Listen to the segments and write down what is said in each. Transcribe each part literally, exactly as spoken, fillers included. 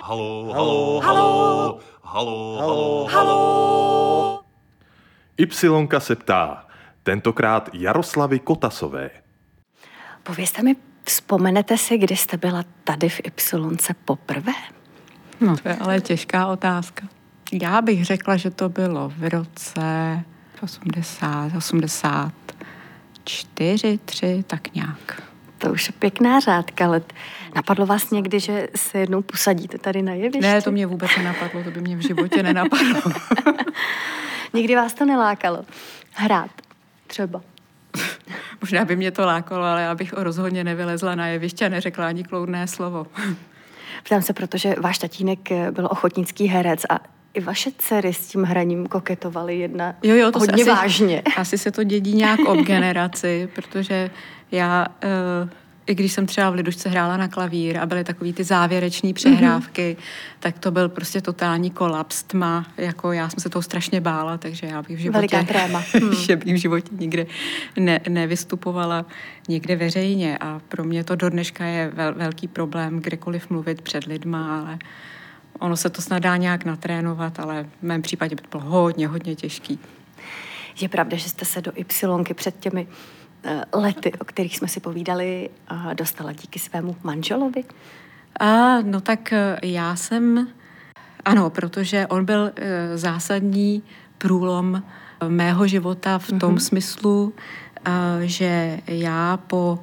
Halo, halo, halo, halo, halo, halo. Ypsilonka se ptá, tentokrát Jaroslavy Kotasové. Povězte mi, vzpomenete si, kdy jste byla tady v Ypsilonce poprvé? No, to je ale těžká otázka. Já bych řekla, že to bylo v roce osmdesát, osmdesát čtyři, tři, tak nějak. To už je pěkná řádka let. Napadlo vás někdy, že se jednou posadíte tady na jevišti? Ne, to mě vůbec nenapadlo, to by mě v životě nenapadlo. Nikdy vás to nelákalo? Hrát třeba? Možná by mě to lákalo, ale já bych rozhodně nevylezla na jeviště a neřekla ani kloudné slovo. Ptám se, protože váš tatínek byl ochotnický herec a i vaše dcery s tím hraním koketovaly jedna jo, jo, to hodně asi, vážně. Asi se to dědí nějak ob generaci, protože já, uh, i když jsem třeba v Lidušce hrála na klavír a byly takový ty závěreční přehrávky, mm-hmm. tak to byl prostě totální kolaps, tma, jako já jsem se toho strašně bála, takže já bych v životě, veliká tréma. že bych v životě nikdy ne, nevystupovala někde veřejně a pro mě to do dneška je vel, velký problém kdekoliv mluvit před lidma, ale ono se to snad dá nějak natrénovat, ale v mém případě by to bylo hodně, hodně těžký. Je pravda, že jste se do Ypsilonky před těmi uh, lety, o kterých jsme si povídali, uh, dostala díky svému manželovi? A, no tak já jsem, ano, protože on byl uh, zásadní průlom mého života v tom mm-hmm. smyslu, uh, že já po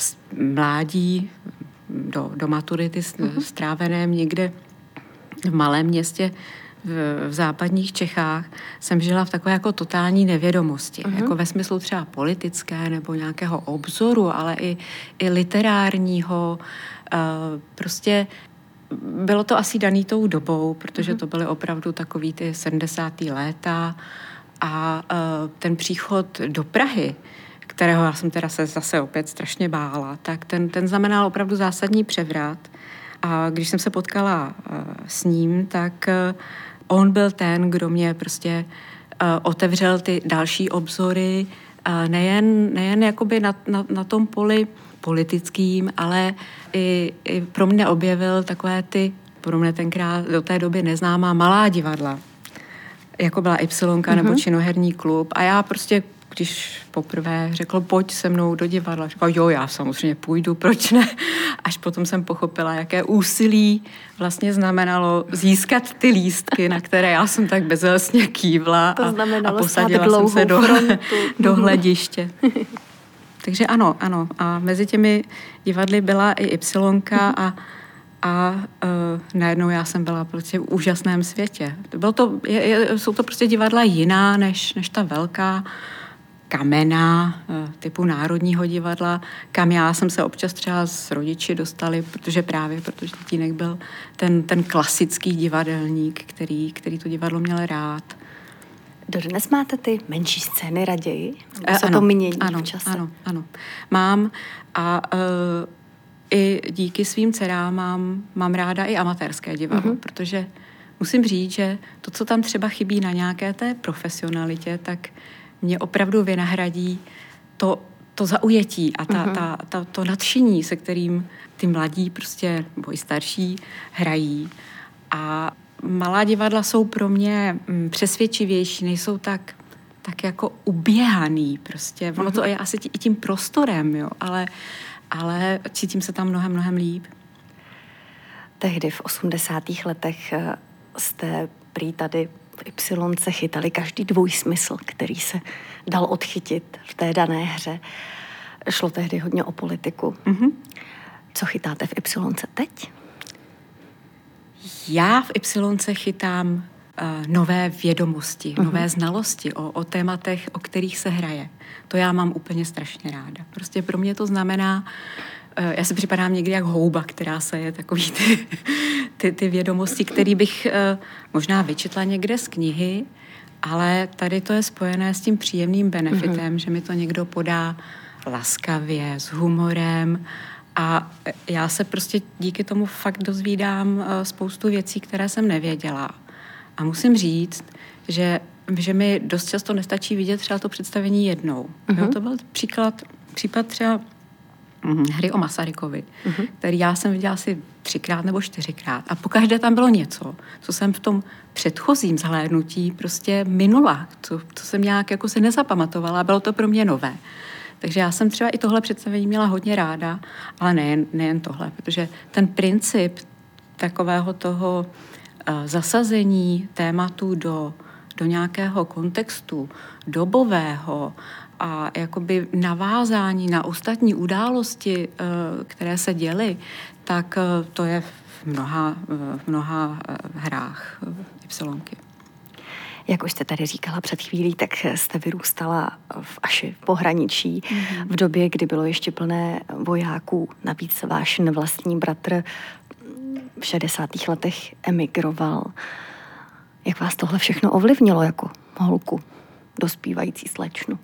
mládí do, do maturity mm-hmm. stráveném někde v malém městě v, v západních Čechách jsem žila v takové jako totální nevědomosti. Uh-huh. Jako ve smyslu třeba politické nebo nějakého obzoru, ale i, i literárního. Uh, prostě bylo to asi daný tou dobou, protože uh-huh. to byly opravdu takový ty sedmdesátá léta a uh, ten příchod do Prahy, kterého já jsem teda se zase opět strašně bála, tak ten, ten znamenal opravdu zásadní převrat. A když jsem se potkala uh, s ním, tak uh, on byl ten, kdo mě prostě uh, otevřel ty další obzory, uh, nejen, nejen jakoby na, na, na tom poli politickým, ale i, i pro mě objevil takové ty, pro mě tenkrát do té doby neznámá malá divadla, jako byla Ypsilonka mm-hmm. nebo Činoherní klub. A já prostě, když poprvé řekl, pojď se mnou do divadla, říkal, jo, já samozřejmě půjdu, proč ne? Až potom jsem pochopila, jaké úsilí vlastně znamenalo získat ty lístky, na které já jsem tak bezelstně kývla a, a posadila jsem se do, do hlediště. Takže ano, ano. A mezi těmi divadly byla i Ypsilonka a A uh, najednou já jsem byla prostě v úžasném světě. Bylo to, je, je, jsou to prostě divadla jiná, než, než ta velká kamená uh, typu Národního divadla, kam já jsem se občas třeba s rodiči dostali, protože právě, protože tatínek byl ten, ten klasický divadelník, který, který to divadlo měl rád. Dodnes máte ty menší scény raději? Uh, se ano, to mění ano, v čase? Ano, ano. Mám a uh, i díky svým dcerám mám, mám ráda i amatérské divadlo, mm-hmm. protože musím říct, že to, co tam třeba chybí na nějaké té profesionalitě, tak mě opravdu vynahradí to, to zaujetí a ta, mm-hmm. ta, ta, to nadšení, se kterým ty mladí prostě, nebo i starší, hrají. A malá divadla jsou pro mě přesvědčivější, nejsou tak, tak jako uběhaný prostě. Ono mm-hmm. to je asi tí, i tím prostorem, jo, ale ale cítím se tam mnohem, mnohem líp. Tehdy v osmdesátých letech jste prý tady v Ypsilonce chytali každý dvojsmysl, který se dal odchytit v té dané hře. Šlo tehdy hodně o politiku. Mm-hmm. Co chytáte v Ypsilonce teď? Já v Ypsilonce chytám uh, nové vědomosti, mm-hmm. nové znalosti o, o tématech, o kterých se hraje. To já mám úplně strašně ráda. Prostě pro mě to znamená, uh, já si připadám někdy jak houba, která se je takový ty, ty, ty vědomosti, které bych uh, možná vyčetla někde z knihy, ale tady to je spojené s tím příjemným benefitem, mm-hmm. že mi to někdo podá laskavě, s humorem a já se prostě díky tomu fakt dozvídám uh, spoustu věcí, které jsem nevěděla. A musím říct, že, že mi dost často nestačí vidět třeba to představení jednou. Mm-hmm. Jo, to byl příklad, případ třeba mm, hry o Masarykovi, mm-hmm. který já jsem viděla asi třikrát nebo čtyřikrát. A pokaždé tam bylo něco, co jsem v tom předchozím zhlédnutí prostě minula, co, co jsem nějak jako si nezapamatovala. Bylo to pro mě nové. Takže já jsem třeba i tohle představení měla hodně ráda, ale nejen, nejen tohle, protože ten princip takového toho uh, zasazení tématu do, do nějakého kontextu dobového a jakoby navázání na ostatní události, uh, které se děly, tak uh, to je v mnoha, uh, v mnoha uh, hrách uh, Ypsilonky. Jak už jste tady říkala před chvílí, tak jste vyrůstala v Aši, v pohraničí, mm-hmm. v době, kdy bylo ještě plné vojáků. Navíc váš nevlastní bratr v šedesátých letech emigroval. Jak vás tohle všechno ovlivnilo jako holku, dospívající slečnu?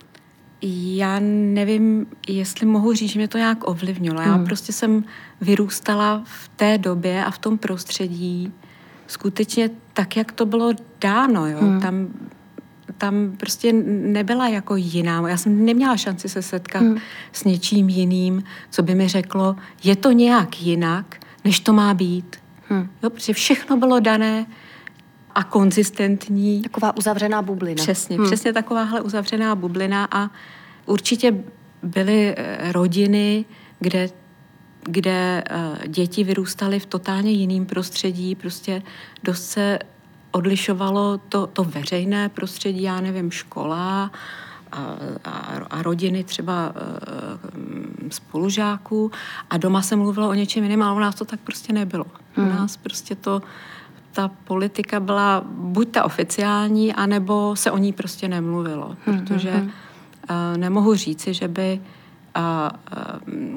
Já nevím, jestli mohu říct, že mě to nějak ovlivnilo. Já mm. prostě jsem vyrůstala v té době a v tom prostředí skutečně tak, jak to bylo dáno, jo. Hmm. Tam, tam prostě nebyla jako jiná. Já jsem neměla šanci se setkat hmm. s něčím jiným, co by mi řeklo, je to nějak jinak, než to má být. Hmm. Jo, protože všechno bylo dané a konzistentní. Taková uzavřená bublina. Přesně, hmm. přesně takováhle uzavřená bublina a určitě byly rodiny, kde kde uh, děti vyrůstaly v totálně jiném prostředí, prostě dost se odlišovalo to, to veřejné prostředí, já nevím, škola a, a, a rodiny třeba uh, spolužáků a doma se mluvilo o něčem jiném, ale u nás to tak prostě nebylo. Hmm. U nás prostě to, ta politika byla buď ta oficiální, anebo se o ní prostě nemluvilo, hmm. protože uh, nemohu říci, že by A, a,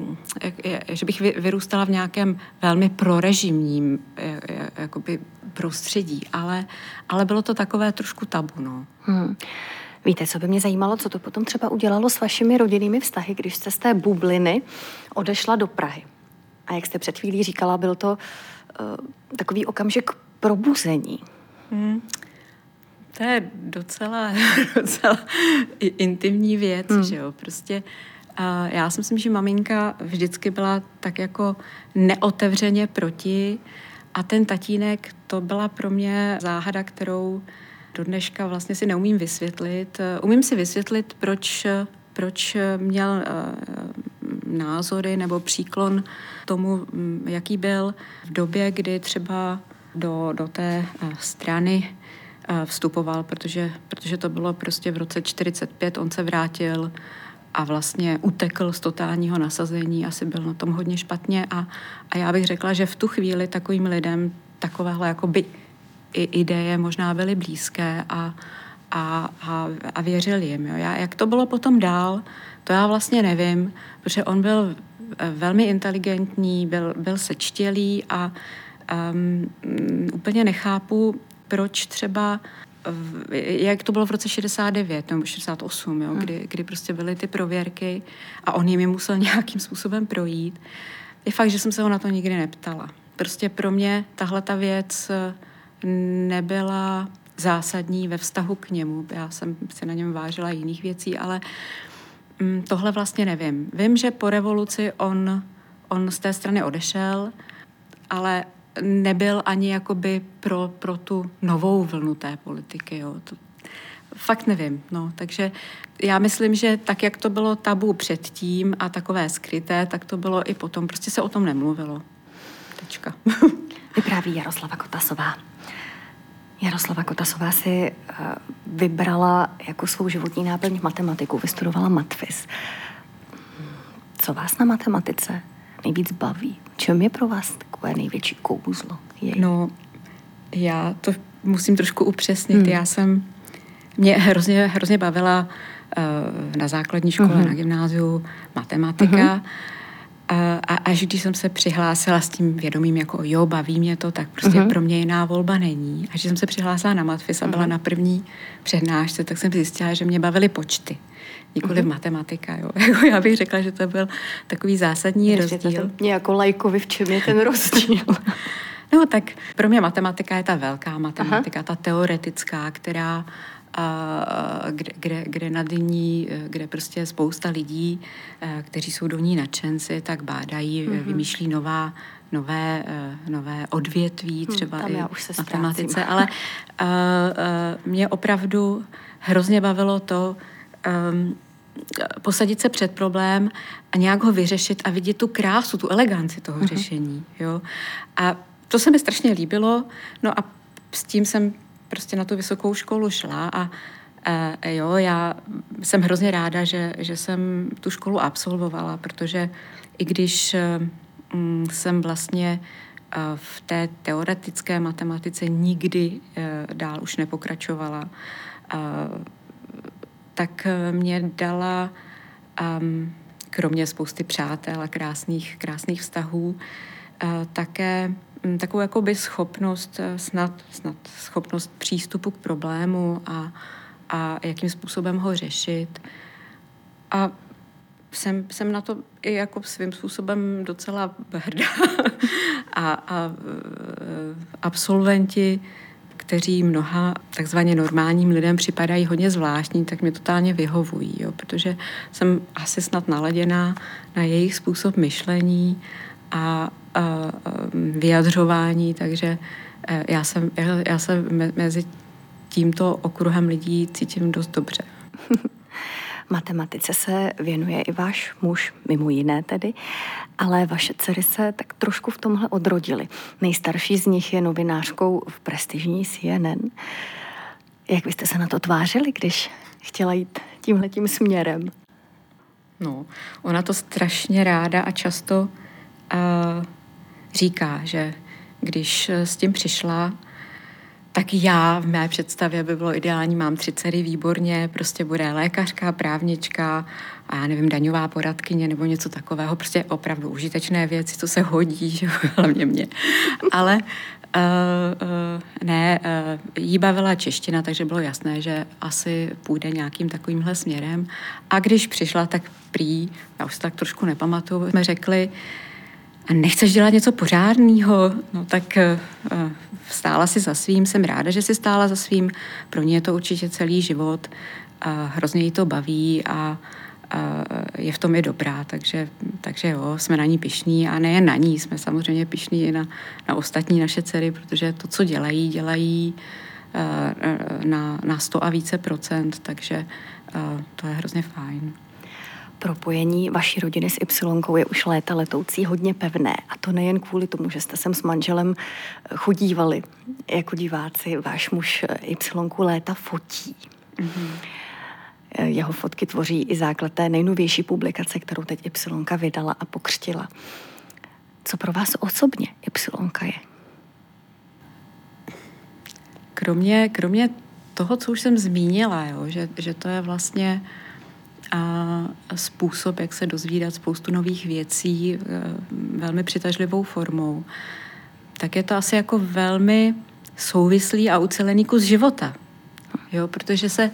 že bych vyrůstala v nějakém velmi prorežimním jakoby prostředí, ale, ale bylo to takové trošku tabu. No. Hmm. Víte, co by mě zajímalo, co to potom třeba udělalo s vašimi rodinnými vztahy, když jste z té bubliny odešla do Prahy? A jak jste před chvílí říkala, byl to uh, takový okamžik probuzení. Hmm. To je docela, docela intimní věc, hmm. že jo, prostě a já si myslím, že maminka vždycky byla tak jako neotevřeně proti a ten tatínek, to byla pro mě záhada, kterou do dneška vlastně si neumím vysvětlit. Umím si vysvětlit, proč, proč měl názory nebo příklon tomu, jaký byl v době, kdy třeba do, do té strany vstupoval, protože, protože to bylo prostě v roce čtyřicet pět, on se vrátil a vlastně utekl z totálního nasazení, asi byl na tom hodně špatně a, a já bych řekla, že v tu chvíli takovým lidem takovéhle jakoby i ideje možná byly blízké a, a, a, a věřili jim. Jo. Já, jak to bylo potom dál, to já vlastně nevím, protože on byl velmi inteligentní, byl, byl sečtělý a um, úplně nechápu, proč třeba jak to bylo v roce šedesát devět nebo šedesát osm, jo, hmm. kdy, kdy prostě byly ty prověrky a on jim musel nějakým způsobem projít. Je fakt, že jsem se ho na to nikdy neptala. Prostě pro mě tahle ta věc nebyla zásadní ve vztahu k němu. Já jsem si na něm vážila jiných věcí, ale mm, tohle vlastně nevím. Vím, že po revoluci on, on z té strany odešel, ale nebyl ani jakoby pro, pro tu novou vlnu té politiky. Jo. To, fakt nevím. No. Takže já myslím, že tak, jak to bylo tabu předtím a takové skryté, tak to bylo i potom. Prostě se o tom nemluvilo. Tečka. Vypráví Jaroslava Kotasová. Jaroslava Kotasová si uh, vybrala jako svou životní náplň matematiku, vystudovala matfis. Co vás na matematice nejvíc baví? Čem je pro vás takové největší kouzlo? Jej? No, já to musím trošku upřesnit. Hmm. Já jsem, mě hrozně, hrozně bavila uh, na základní škole, uh-huh. na gymnáziu matematika. Uh-huh. A až když jsem se přihlásila s tím vědomím, jako jo, baví mě to, tak prostě uh-huh. pro mě jiná volba není. Až když jsem se přihlásila na matfis a byla uh-huh. na první přednášce, tak jsem zjistila, že mě bavily počty. Nikoli uh-huh. matematika, jo. Já bych řekla, že to byl takový zásadní rozdíl. Mě jako lajkovi, v čem je ten rozdíl? No tak pro mě matematika je ta velká matematika, uh-huh. ta teoretická, která a kde, kde, kde nad ní, kde prostě je spousta lidí, kteří jsou do ní nadšenci, tak bádají, mm-hmm. vymýšlí nová, nové, nové odvětví, třeba hmm, i v matematice, ale uh, uh, mě opravdu hrozně bavilo to um, posadit se před problém a nějak ho vyřešit a vidět tu krásu, tu eleganci toho uh-huh. řešení. Jo? A to se mi strašně líbilo, no a s tím jsem prostě na tu vysokou školu šla a uh, jo, já jsem hrozně ráda, že, že jsem tu školu absolvovala, protože i když uh, jsem vlastně uh, v té teoretické matematice nikdy uh, dál už nepokračovala, uh, tak mě dala um, kromě spousty přátel a krásných, krásných vztahů uh, také um, takovou jakoby schopnost, uh, snad, snad schopnost přístupu k problému a, a jakým způsobem ho řešit. A jsem, jsem na to i jako svým způsobem docela hrdá. a, a uh, absolventi, kteří mnoha takzvaně normálním lidem připadají hodně zvláštní, tak mě totálně vyhovují, jo, protože jsem asi snad naladěná na jejich způsob myšlení a, a, a vyjadřování, takže já, jsem, já se mezi tímto okruhem lidí cítím dost dobře. Matematice se věnuje i váš muž, mimo jiné tedy, ale vaše dcery se tak trošku v tomhle odrodily. Nejstarší z nich je novinářkou v prestižní C N N. Jak byste se na to tvářili, když chtěla jít tímhletím směrem? No, ona to strašně ráda a často uh, říká, že když s tím přišla, tak já v mé představě by bylo ideální, mám tři dcery, výborně, prostě bude lékařka, právnička a já nevím, daňová poradkyně nebo něco takového, prostě opravdu užitečné věci, co se hodí, že hlavně mě. Ale uh, uh, ne, uh, jí bavila čeština, takže bylo jasné, že asi půjde nějakým takovýmhle směrem. A když přišla, tak prý, já už se tak trošku nepamatuju, jsme řekli, a nechceš dělat něco pořádného? No tak uh, stála si za svým, jsem ráda, že si stála za svým. Pro ní je to určitě celý život. Uh, hrozně jí to baví a uh, je v tom i dobrá, takže, takže jo, jsme na ní pyšní a nejen na ní, jsme samozřejmě pyšní i na, na ostatní naše dcery, protože to, co dělají, dělají uh, na, na sto a více procent, takže uh, to je hrozně fajn. Propojení vaší rodiny s Ypsilonkou je už léta letoucí hodně pevné. A to nejen kvůli tomu, že jste sem s manželem chodívali jako diváci. Váš muž Ypsilonku léta fotí. Mm-hmm. Jeho fotky tvoří i základ té nejnovější publikace, kterou teď Ypsilonka vydala a pokřtila. Co pro vás osobně Ypsilonka je? Kromě, kromě toho, co už jsem zmínila, jo, že, že to je vlastně a způsob, jak se dozvídat spoustu nových věcí velmi přitažlivou formou, tak je to asi jako velmi souvislý a ucelený kus života. Jo, protože se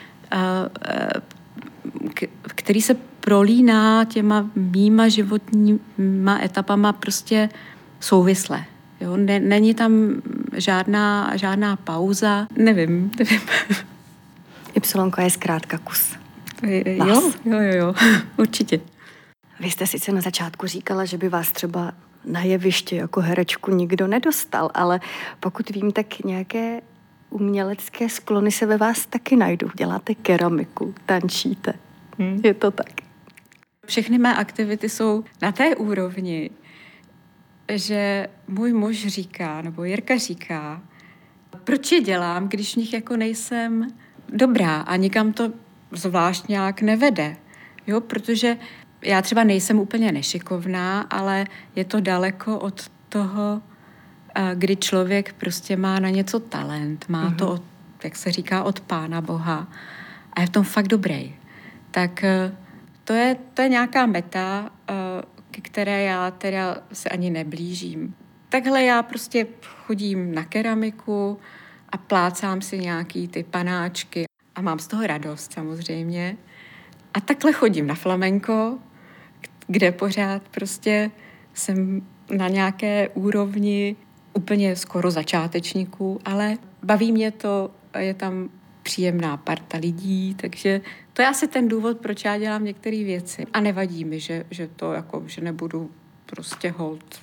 který se prolíná těma mýma životníma etapama prostě souvisle. Jo, ne, není tam žádná, žádná pauza. Nevím, nevím. Ypsilonka je zkrátka kus. Jo, jo, jo, jo, určitě. Vy jste sice na začátku říkala, že by vás třeba na jeviště jako herečku nikdo nedostal, ale pokud vím, tak nějaké umělecké sklony se ve vás taky najdou. Děláte keramiku, tančíte. Hmm. Je to tak? Všechny mé aktivity jsou na té úrovni, že můj muž říká, nebo Jirka říká, proč je dělám, když v nich jako nejsem dobrá a nikam to zvlášť nějak nevede. Jo, protože já třeba nejsem úplně nešikovná, ale je to daleko od toho, kdy člověk prostě má na něco talent, má mm-hmm. to, od, jak se říká, od Pána Boha a je v tom fakt dobrý. Tak to je, to je nějaká meta, ke které já teda se ani neblížím. Takhle já prostě chodím na keramiku a plácám si nějaký ty panáčky a mám z toho radost samozřejmě. A takhle chodím na flamenko, kde pořád prostě jsem na nějaké úrovni úplně skoro začátečníků, ale baví mě to, je tam příjemná parta lidí, takže to je asi ten důvod, proč já dělám některé věci. A nevadí mi, že, že to jako, že nebudu prostě hold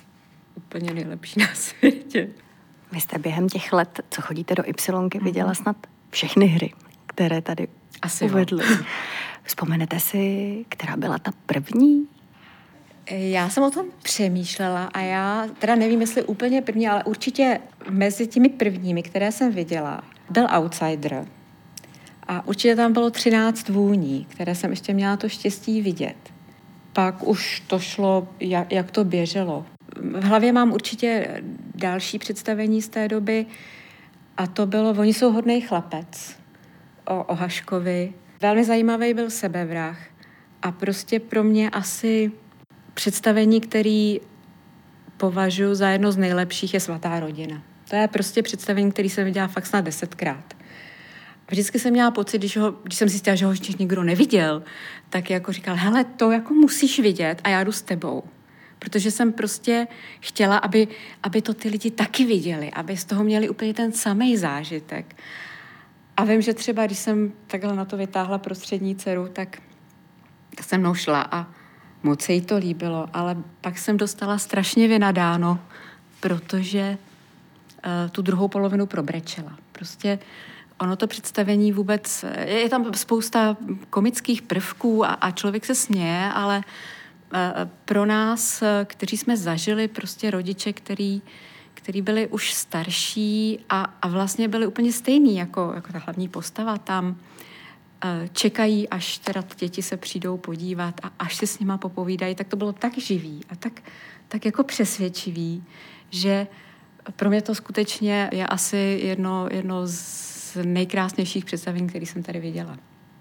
úplně nejlepší na světě. Vy jste během těch let, co chodíte do Ypsilonky, viděla snad všechny hry, které tady Asi uvedly. Vzpomenete si, která byla ta první? Já jsem o tom přemýšlela a já teda nevím, jestli úplně první, ale určitě mezi těmi prvními, které jsem viděla, byl Outsider. A určitě tam bylo třináct vůní, které jsem ještě měla to štěstí vidět. Pak už to šlo, jak, jak to běželo. V hlavě mám určitě další představení z té doby a to bylo Oni jsou hodnej chlapec o, o Haškovi. Velmi zajímavý byl Sebevrah a prostě pro mě asi představení, který považuji za jedno z nejlepších, je Svatá rodina. To je prostě představení, který jsem viděla fakt snad desetkrát. Vždycky jsem měla pocit, když, ho, když jsem zjistila, že ho ještě nikdo neviděl, tak jako říkal, hele, to jako musíš vidět a já jdu s tebou. Protože jsem prostě chtěla, aby, aby to ty lidi taky viděli, aby z toho měli úplně ten samej zážitek. A vím, že třeba, když jsem takhle na to vytáhla prostřední dceru, tak se mnou šla a moc se jí to líbilo, ale pak jsem dostala strašně vynadáno, protože uh, tu druhou polovinu probrečela. Prostě ono to představení vůbec, je tam spousta komických prvků a, a člověk se směje, ale uh, pro nás, kteří jsme zažili prostě rodiče, který, který byli už starší a, a vlastně byli úplně stejný jako, jako ta hlavní postava tam, čekají, až teda děti se přijdou podívat a až si s nima popovídají, tak to bylo tak živý a tak, tak jako přesvědčivý, že pro mě to skutečně je asi jedno, jedno z nejkrásnějších představení, které jsem tady viděla.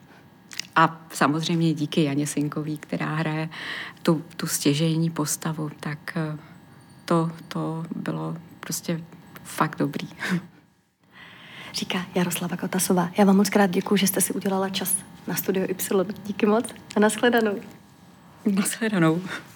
A samozřejmě díky Janě Sinkový, která hraje tu, tu stěžejní postavu, tak to, to bylo prostě fakt dobrý. Říká Jaroslava Kotasová. Já vám moc krát děkuju, že jste si udělala čas na Studio Y. Díky moc a nashledanou. Nashledanou.